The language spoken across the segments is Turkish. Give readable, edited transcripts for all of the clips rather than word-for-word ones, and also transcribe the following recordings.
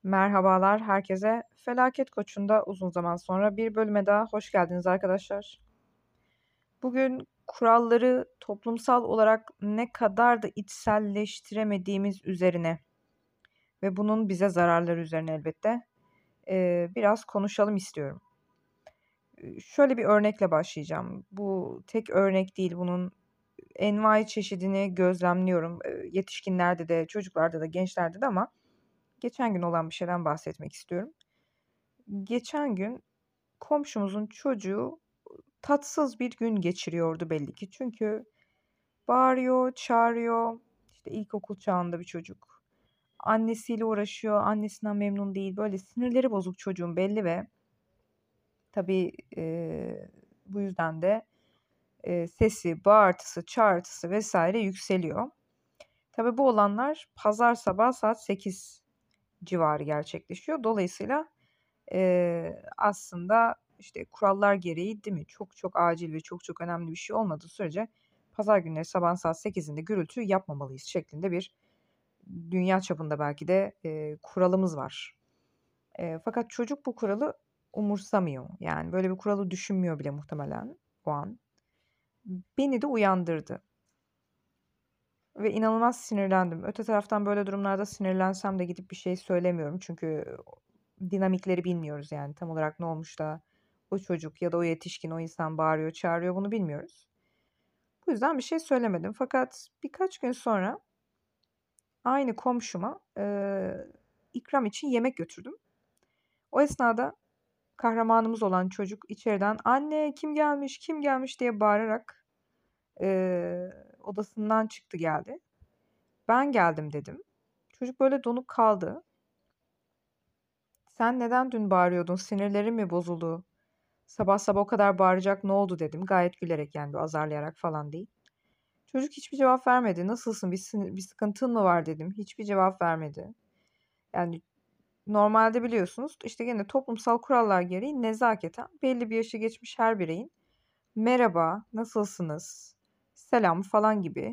Merhabalar herkese. Felaket Koçu'nda uzun zaman sonra bir bölüme daha hoş geldiniz arkadaşlar. Bugün kuralları toplumsal olarak ne kadar da içselleştiremediğimiz üzerine ve bunun bize zararları üzerine elbette biraz konuşalım istiyorum. Şöyle bir örnekle başlayacağım. Bu tek örnek değil, bunun envai çeşidini gözlemliyorum. Yetişkinlerde de, çocuklarda da, gençlerde de ama geçen gün olan bir şeyden bahsetmek istiyorum. Geçen gün komşumuzun çocuğu tatsız bir gün geçiriyordu belli ki. Çünkü bağırıyor, çağırıyor. İşte ilkokul çağında bir çocuk. Annesiyle uğraşıyor, annesinden memnun değil. Böyle sinirleri bozuk çocuğun belli ve tabii bu yüzden de sesi, bağırtısı, çağırtısı vesaire yükseliyor. Tabii bu olanlar pazar sabahı saat 8 civarı gerçekleşiyor. Dolayısıyla aslında, işte, kurallar gereği değil mi, çok çok acil ve çok çok önemli bir şey olmadığı sürece pazar günleri sabahın saat 8'inde gürültü yapmamalıyız şeklinde bir dünya çapında belki de, kuralımız var. Fakat çocuk bu kuralı umursamıyor. Yani, böyle bir kuralı düşünmüyor bile muhtemelen o an. Beni de uyandırdı ve inanılmaz sinirlendim. Öte taraftan böyle durumlarda sinirlensem de gidip bir şey söylemiyorum. Çünkü dinamikleri bilmiyoruz yani. Tam olarak ne olmuş da o çocuk ya da o yetişkin, o insan bağırıyor, çağırıyor bunu bilmiyoruz. Bu yüzden bir şey söylemedim. Fakat birkaç gün sonra aynı komşuma, ikram için yemek götürdüm. O esnada kahramanımız olan çocuk içeriden "Anne, kim gelmiş, kim gelmiş?" diye bağırarak, odasından çıktı geldi. "Ben geldim." dedim. Çocuk böyle donup kaldı. "Sen neden dün bağırıyordun? Sinirlerin mi bozuldu? Sabah sabah o kadar bağıracak ne oldu?" dedim. Gayet gülerek yani böyle azarlayarak falan değil. Çocuk hiçbir cevap vermedi. "Nasılsın? Bir sıkıntın mı var?" dedim. Hiçbir cevap vermedi. Yani normalde biliyorsunuz işte gene toplumsal kurallar gereği nezaketen belli bir yaşı geçmiş her bireyin merhaba, nasılsınız, selam falan gibi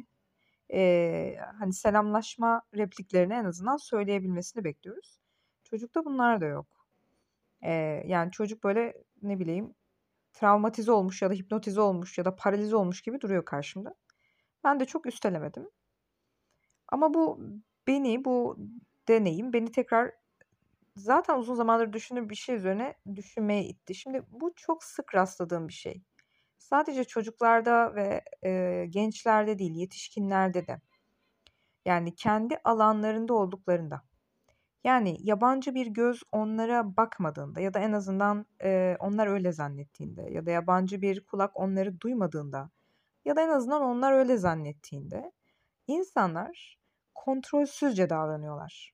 hani selamlaşma repliklerini en azından söyleyebilmesini bekliyoruz. Çocukta bunlar da yok. Yani çocuk böyle ne bileyim travmatize olmuş ya da hipnotize olmuş ya da paralize olmuş gibi duruyor karşımda. Ben de çok üstelemedim. Ama bu deneyim beni tekrar zaten uzun zamandır düşündüğüm bir şey üzerine düşünmeye itti. Şimdi bu çok sık rastladığım bir şey. Sadece çocuklarda ve, gençlerde değil, yetişkinlerde de. Yani kendi alanlarında olduklarında. Yani yabancı bir göz onlara bakmadığında ya da en azından, onlar öyle zannettiğinde ya da yabancı bir kulak onları duymadığında ya da en azından onlar öyle zannettiğinde insanlar kontrolsüzce davranıyorlar.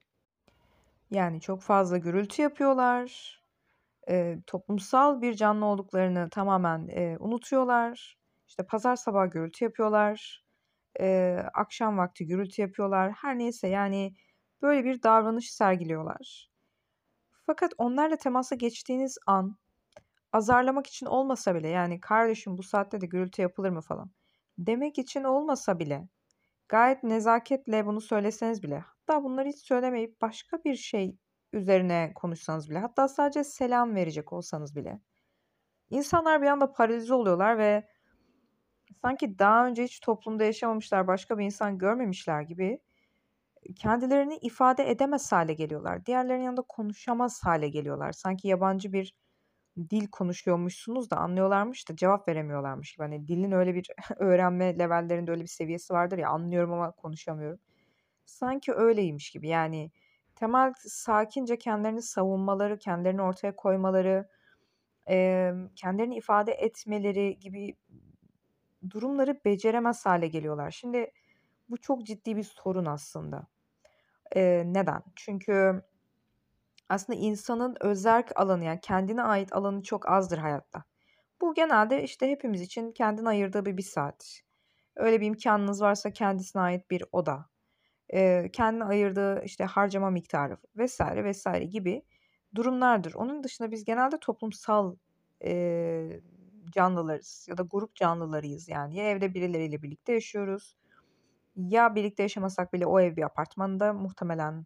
Yani çok fazla gürültü yapıyorlar. Toplumsal bir canlı olduklarını tamamen, unutuyorlar. İşte, pazar sabahı gürültü yapıyorlar. Akşam vakti gürültü yapıyorlar. Her neyse, yani, böyle bir davranış sergiliyorlar. Fakat onlarla temasa geçtiğiniz an azarlamak için olmasa bile, yani, "Kardeşim bu saatte de gürültü yapılır mı?" falan demek için olmasa bile gayet nezaketle bunu söyleseniz bile, hatta bunları hiç söylemeyip başka bir şey üzerine konuşsanız bile, hatta sadece selam verecek olsanız bile, insanlar bir anda paralize oluyorlar ve sanki daha önce hiç toplumda yaşamamışlar, başka bir insan görmemişler gibi kendilerini ifade edemez hale geliyorlar. Diğerlerinin yanında konuşamaz hale geliyorlar. Sanki yabancı bir dil konuşuyormuşsunuz da anlıyorlarmış da cevap veremiyorlarmış gibi. Hani dilin öyle bir öğrenme levellerinde öyle bir seviyesi vardır ya, anlıyorum ama konuşamıyorum. Sanki öyleymiş gibi. Yani temel sakince kendilerini savunmaları, kendilerini ortaya koymaları, kendilerini ifade etmeleri gibi durumları beceremez hale geliyorlar. Şimdi bu çok ciddi bir sorun aslında. Neden? Çünkü aslında insanın özerk alanı, yani kendine ait alanı çok azdır hayatta. Bu genelde, işte, hepimiz için kendine ayırdığı bir saat. Öyle bir imkânınız varsa kendisine ait bir oda, kendine ayırdığı, işte, harcama miktarı vesaire vesaire gibi durumlardır. Onun dışında biz genelde toplumsal, eee, canlılarız ya da grup canlılarıyız yani. Ya evde birileriyle birlikte yaşıyoruz ya birlikte yaşamasak bile o ev bir apartmanda muhtemelen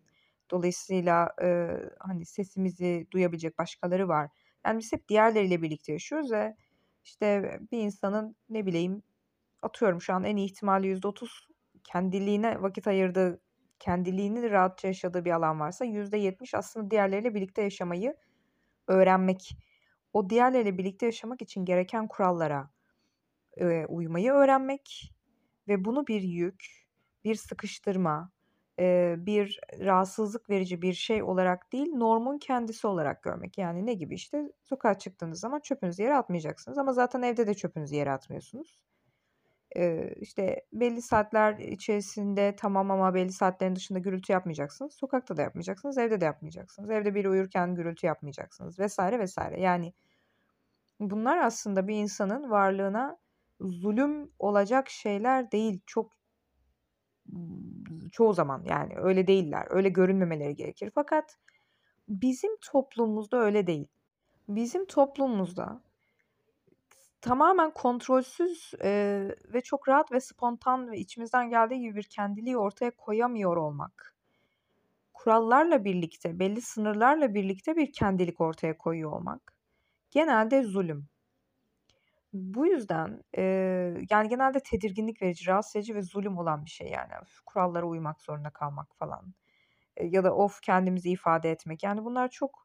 Dolayısıyla, hani, sesimizi duyabilecek başkaları var. Yani, biz hep diğerleriyle birlikte yaşıyoruz ve, işte, bir insanın, ne bileyim, atıyorum şu an en iyi ihtimalle %30 kendiliğine vakit ayırdığı, kendiliğini rahatça yaşadığı bir alan varsa %70 aslında diğerleriyle birlikte yaşamayı öğrenmek. O diğerleriyle birlikte yaşamak için gereken kurallara, uymayı öğrenmek ve bunu bir yük, bir sıkıştırma, bir rahatsızlık verici bir şey olarak değil, normun kendisi olarak görmek. Yani ne gibi işte? Sokağa çıktığınız zaman çöpünüzü yere atmayacaksınız ama zaten evde de çöpünüzü yere atmıyorsunuz. İşte belli saatler içerisinde tamam ama belli saatlerin dışında gürültü yapmayacaksınız. Sokakta da yapmayacaksınız, evde de yapmayacaksınız. Evde biri uyurken gürültü yapmayacaksınız vesaire vesaire. Yani bunlar aslında bir insanın varlığına zulüm olacak şeyler değil. Çoğu zaman yani öyle değiller. Öyle görünmemeleri gerekir. Fakat bizim toplumumuzda öyle değil. Bizim toplumumuzda tamamen kontrolsüz, ve çok rahat ve spontan ve içimizden geldiği gibi bir kendiliği ortaya koyamıyor olmak, kurallarla birlikte, belli sınırlarla birlikte bir kendilik ortaya koyuyor olmak genelde zulüm. Bu yüzden, yani, genelde tedirginlik verici, rahatsız edici ve zulüm olan bir şey, yani. Öf, kurallara uymak zorunda kalmak falan, ya da of, kendimizi ifade etmek. Yani, bunlar çok,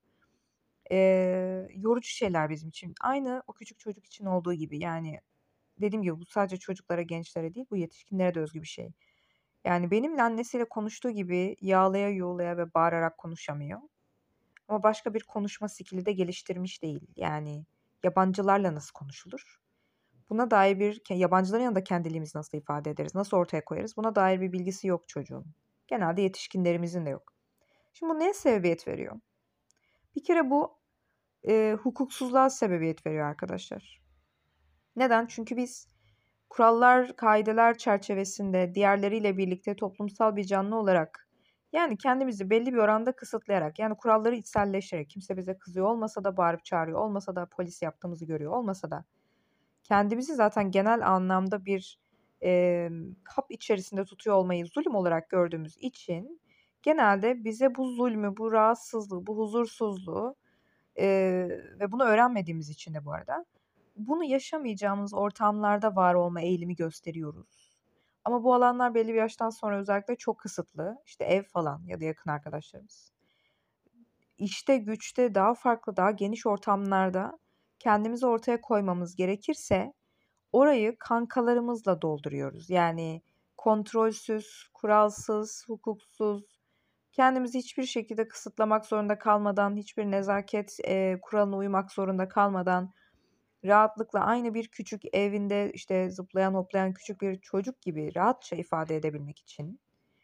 yorucu şeyler bizim için. Aynı o küçük çocuk için olduğu gibi. Yani, dediğim gibi bu sadece çocuklara, gençlere değil, bu yetişkinlere de özgü bir şey. Yani, benimle annesiyle konuştuğu gibi yağlaya yuğlaya ve bağırarak konuşamıyor ama başka bir konuşma skill'i de geliştirmiş değil. Yani, yabancılarla nasıl konuşulur? Buna dair bir yabancıların yanında kendiliğimizi nasıl ifade ederiz, nasıl ortaya koyarız? Buna dair bir bilgisi yok çocuğun. Genelde yetişkinlerimizin de yok. Şimdi bu neye sebebiyet veriyor? Bir kere bu, hukuksuzluğa sebebiyet veriyor arkadaşlar. Neden? Çünkü biz kurallar, kaideler çerçevesinde diğerleriyle birlikte toplumsal bir canlı olarak, yani kendimizi belli bir oranda kısıtlayarak, yani kuralları içselleştirerek, kimse bize kızıyor olmasa da, bağırıp çağırıyor olmasa da, polis yaptığımızı görüyor olmasa da, kendimizi zaten genel anlamda bir, kap içerisinde tutuyor olmayı zulüm olarak gördüğümüz için genelde bize bu zulmü, bu rahatsızlığı, bu huzursuzluğu, ve bunu öğrenmediğimiz için de bu arada, bunu yaşamayacağımız ortamlarda var olma eğilimi gösteriyoruz. Ama bu alanlar belli bir yaştan sonra özellikle çok kısıtlı. İşte ev falan ya da yakın arkadaşlarımız. İşte, güçte, daha farklı, daha geniş ortamlarda kendimizi ortaya koymamız gerekirse orayı kankalarımızla dolduruyoruz. Yani kontrolsüz, kuralsız, hukuksuz, kendimizi hiçbir şekilde kısıtlamak zorunda kalmadan, hiçbir nezaket, kuralına uymak zorunda kalmadan rahatlıkla aynı bir küçük evinde, işte, zıplayan hoplayan küçük bir çocuk gibi rahatça ifade edebilmek için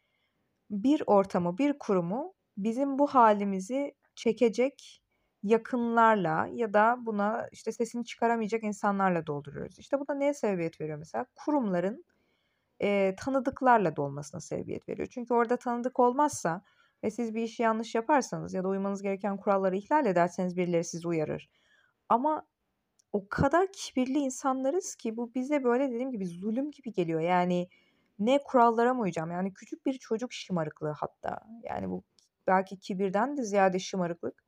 bir ortamı, bir kurumu bizim bu hâlimizi çekecek yakınlarla ya da buna, işte, sesini çıkaramayacak insanlarla dolduruyoruz. İşte, bu da neye sebebiyet veriyor mesela? Kurumların, tanıdıklarla dolmasına sebebiyet veriyor. Çünkü orada tanıdık olmazsa ve siz bir işi yanlış yaparsanız ya da uymanız gereken kuralları ihlal ederseniz birileri sizi uyarır. Ama o kadar kibirli insanlarız ki bu bize, böyle, dediğim gibi zulüm gibi geliyor. Yani, ne kurallara mı uyacağım? Yani, küçük bir çocuk şımarıklığı hatta. Yani, bu belki kibirden de ziyade şımarıklık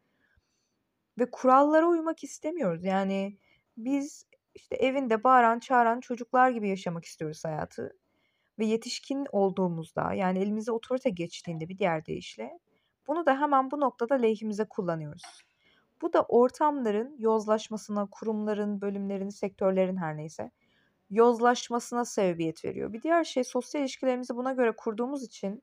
ve kurallara uymak istemiyoruz. Yani, biz, işte, evinde bağıran, çağıran çocuklar gibi yaşamak istiyoruz hayatı ve yetişkin olduğumuzda, yani, elimize otorite geçtiğinde bir diğer deyişle bunu da hemen bu noktada lehimize kullanıyoruz. Bu da ortamların yozlaşmasına, kurumların, bölümlerin, sektörlerin her neyse yozlaşmasına sebebiyet veriyor. Bir diğer şey sosyal ilişkilerimizi buna göre kurduğumuz için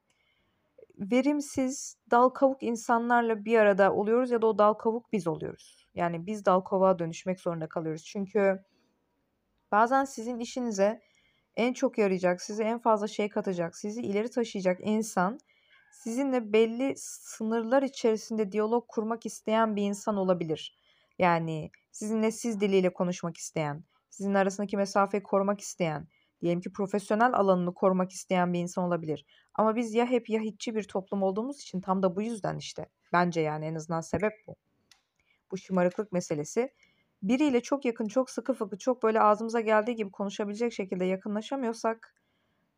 verimsiz, dal kavuk insanlarla bir arada oluyoruz ya da o dal kavuk biz oluyoruz. Yani biz dal kavuğa dönüşmek zorunda kalıyoruz. Çünkü bazen sizin işinize en çok yarayacak, size en fazla şey katacak, sizi ileri taşıyacak insan sizinle belli sınırlar içerisinde diyalog kurmak isteyen bir insan olabilir. Yani sizinle siz diliyle konuşmak isteyen, sizin arasındaki mesafeyi korumak isteyen, diyelim ki profesyonel alanını korumak isteyen bir insan olabilir. Ama biz ya hep ya hiççi bir toplum olduğumuz için tam da bu yüzden işte bence yani en azından sebep bu. Bu şımarıklık meselesi. Biriyle çok yakın, çok sıkı fıkı, çok böyle ağzımıza geldiği gibi konuşabilecek şekilde yakınlaşamıyorsak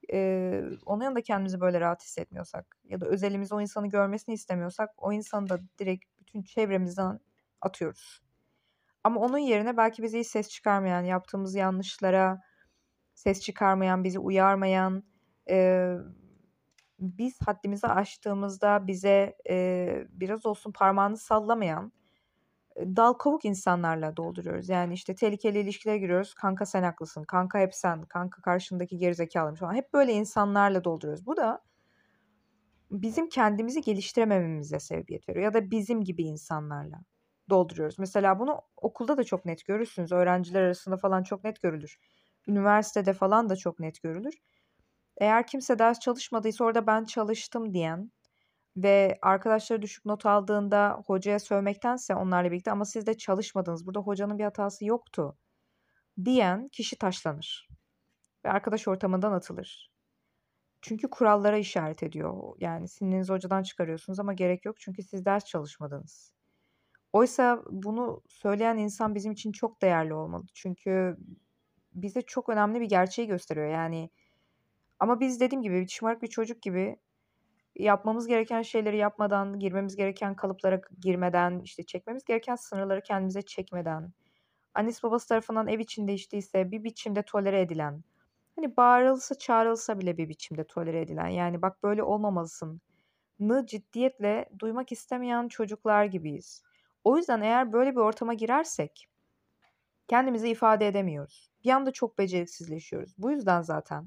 Onun yanında kendimizi böyle rahat hissetmiyorsak ya da özelimizi o insanın görmesini istemiyorsak o insanı da direkt bütün çevremizden atıyoruz. Ama onun yerine belki bize hiç ses çıkarmayan, yaptığımız yanlışlara ses çıkarmayan, bizi uyarmayan, eee, biz haddimizi aştığımızda bize, biraz olsun parmağını sallamayan, dal kavuk insanlarla dolduruyoruz. Yani, işte, tehlikeli ilişkilere giriyoruz. "Kanka sen haklısın. Kanka hep sen. Kanka karşındaki gerizekâlıymış." falan. Hep böyle insanlarla dolduruyoruz. Bu da bizim kendimizi geliştiremememize sebebiyet veriyor ya da bizim gibi insanlarla dolduruyoruz. Mesela bunu okulda da çok net görürsünüz. Öğrenciler arasında falan çok net görülür. Üniversitede falan da çok net görülür. Eğer kimse ders çalışmadıysa orada ben çalıştım diyen ve arkadaşları düşük not aldığında hocaya sövmektense onlarla birlikte ama siz de çalışmadınız, burada hocanın bir hatası yoktu diyen kişi taşlanır ve arkadaş ortamından atılır. Çünkü kurallara işaret ediyor. Yani sinirinizi hocadan çıkarıyorsunuz ama gerek yok çünkü siz ders çalışmadınız. Oysa bunu söyleyen insan bizim için çok değerli olmalı. Çünkü bize çok önemli bir gerçeği gösteriyor. Yani ama biz dediğim gibi şımarık bir çocuk gibi yapmamız gereken şeyleri yapmadan, girmemiz gereken kalıplara girmeden, işte çekmemiz gereken sınırları kendimize çekmeden, annesi babası tarafından ev içinde içtiyse bir biçimde tolere edilen, hani bağırılsa çağrılsa bile bir biçimde tolere edilen, yani bak böyle olmamalısın ciddiyetle duymak istemeyen çocuklar gibiyiz. O yüzden eğer böyle bir ortama girersek kendimizi ifade edemiyoruz. Bir anda çok beceriksizleşiyoruz. Bu yüzden zaten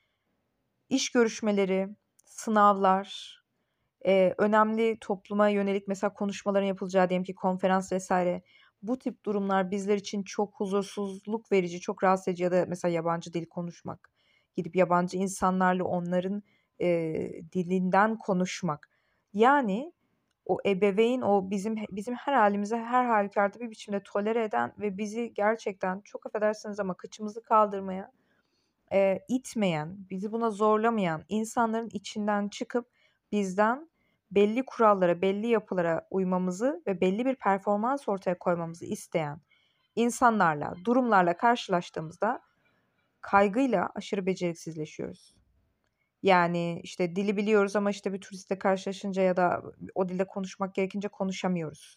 iş görüşmeleri, sınavlar, önemli topluma yönelik mesela konuşmaların yapılacağı diyelim ki konferans vesaire, bu tip durumlar bizler için çok huzursuzluk verici, çok rahatsız edici ya da mesela yabancı dil konuşmak, gidip yabancı insanlarla onların, dilinden konuşmak. Yani o ebeveyn, o bizim her hâlimize her hâlükârda bir biçimde tolere eden ve bizi gerçekten çok affedersiniz ama kıçımızı kaldırmaya itmeyen, bizi buna zorlamayan insanların içinden çıkıp bizden belli kurallara, belli yapılara uymamızı ve belli bir performans ortaya koymamızı isteyen insanlarla, durumlarla karşılaştığımızda kaygıyla aşırı beceriksizleşiyoruz. Yani, işte, dili biliyoruz ama, işte, bir turistle karşılaşınca ya da o dilde konuşmak gerekince konuşamıyoruz.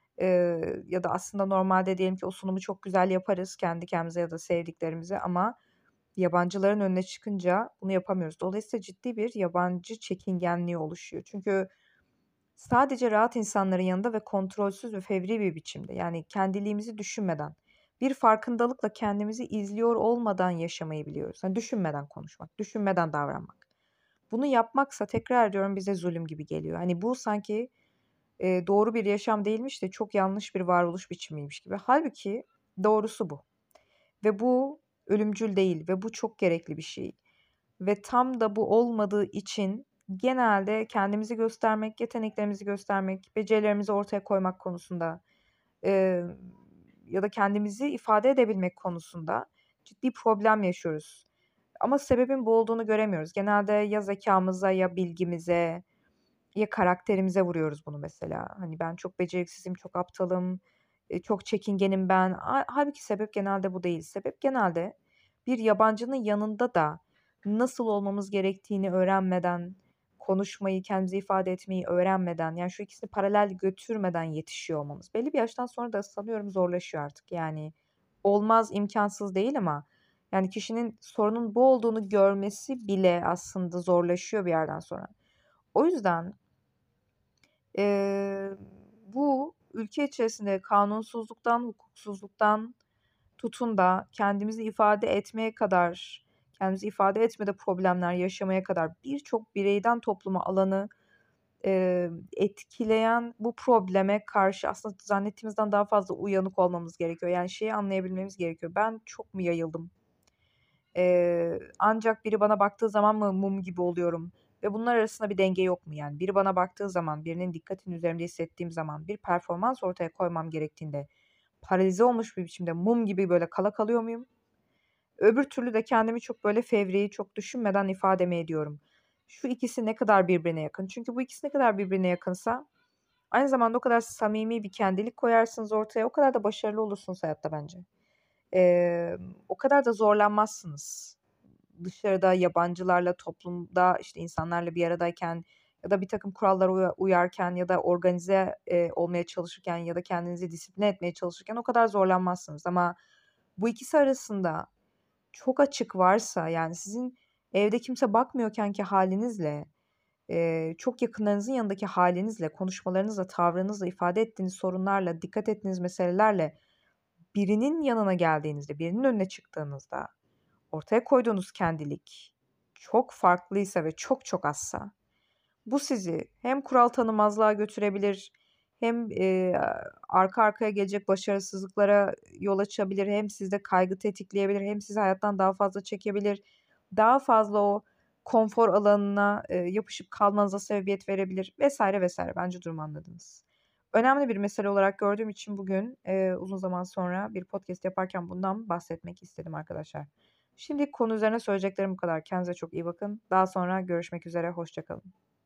Ya da aslında normalde diyelim ki o sunumu çok güzel yaparız kendi kendimize ya da sevdiklerimize ama yabancıların önüne çıkınca bunu yapamıyoruz. Dolayısıyla ciddi bir yabancı çekingenliği oluşuyor. Çünkü sadece rahat insanların yanında ve kontrolsüz ve fevri bir biçimde, yani kendiliğimizi düşünmeden, bir farkındalıkla kendimizi izliyor olmadan yaşamayı biliyoruz. Hani düşünmeden konuşmak, düşünmeden davranmak. Bunu yapmaksa tekrar ediyorum bize zulüm gibi geliyor. Hani bu sanki doğru bir yaşam değilmiş de çok yanlış bir varoluş biçimiymiş gibi. Halbuki doğrusu bu. Ve bu ölümcül değil ve bu çok gerekli bir şey. Ve tam da bu olmadığı için genelde kendimizi göstermek, yeteneklerimizi göstermek, becerilerimizi ortaya koymak konusunda, eee, ya da kendimizi ifade edebilmek konusunda ciddi problem yaşıyoruz. Ama sebebin bu olduğunu göremiyoruz. Genelde ya zekâmıza ya bilgimize ya karakterimize vuruyoruz bunu mesela. Hani ben çok beceriksizim, çok aptalım, çok çekingenim ben. Hâlbuki sebep genelde bu değil. Sebep genelde bir yabancının yanında da nasıl olmamız gerektiğini öğrenmeden, konuşmayı, kendimizi ifade etmeyi öğrenmeden, yani şu ikisini paralel götürmeden yetişiyor olmamız. Belli bir yaştan sonra da sanıyorum zorlaşıyor artık. Yani olmaz, imkânsız değil ama yani kişinin sorunun bu olduğunu görmesi bile aslında zorlaşıyor bir yerden sonra. O yüzden Eee, bu ülke içerisinde kanunsuzluktan, hukuksuzluktan tutun da kendimizi ifade etmeye kadar, kendimizi ifade etmede problemler yaşamaya kadar birçok bireyden topluma alanı, etkileyen bu probleme karşı aslında zannettiğimizden daha fazla uyanık olmamız gerekiyor. Yani şeyi anlayabilmemiz gerekiyor. Ben çok mu yayıldım? Ancak biri bana baktığı zaman mı mum gibi oluyorum ve bunlar arasında bir denge yok mu yani? Biri bana baktığı zaman, birinin dikkatini üzerimde hissettiğim zaman, bir performans ortaya koymam gerektiğinde paralize olmuş bir biçimde mum gibi böyle kala kalıyor muyum? Öbür türlü de kendimi çok böyle fevri, çok düşünmeden ifade mi ediyorum? Şu ikisi ne kadar birbirine yakın? Çünkü bu ikisi ne kadar birbirine yakınsa aynı zamanda o kadar samimi bir kendilik koyarsınız ortaya, o kadar da başarılı olursunuz hayatta bence. O kadar da zorlanmazsınız. dışarıda yabancılarla, toplumda, işte, insanlarla bir aradayken ya da birtakım kurallara uyarken ya da organize, olmaya çalışırken ya da kendinizi disipline etmeye çalışırken o kadar zorlanmazsınız ama bu ikisi arasında çok açık varsa, yani, sizin evde kimse bakmıyorkenki hâlinizle, çok yakınlarınızın yanındaki hâlinizle, konuşmalarınızla, tavrınızla, ifade ettiğiniz sorunlarla, dikkat ettiğiniz meselelerle birinin yanına geldiğinizde, birinin önüne çıktığınızda ortaya koyduğunuz kendilik çok farklıysa ve çok çok azsa bu sizi hem kural tanımazlığa götürebilir hem, arka arkaya gelecek başarısızlıklara yol açabilir, hem sizde kaygı tetikleyebilir, hem sizi hayattan daha fazla çekebilir. Daha fazla o konfor alanına, yapışıp kalmanıza sebebiyet verebilir vs. vs. Bence durumu anladınız. Önemli bir mesele olarak gördüğüm için bugün, uzun zaman sonra bir podcast yaparken bundan bahsetmek istedim arkadaşlar. Şimdilik konu üzerine söyleyeceklerim bu kadar. Kendinize çok iyi bakın. Daha sonra görüşmek üzere, hoşça kalın.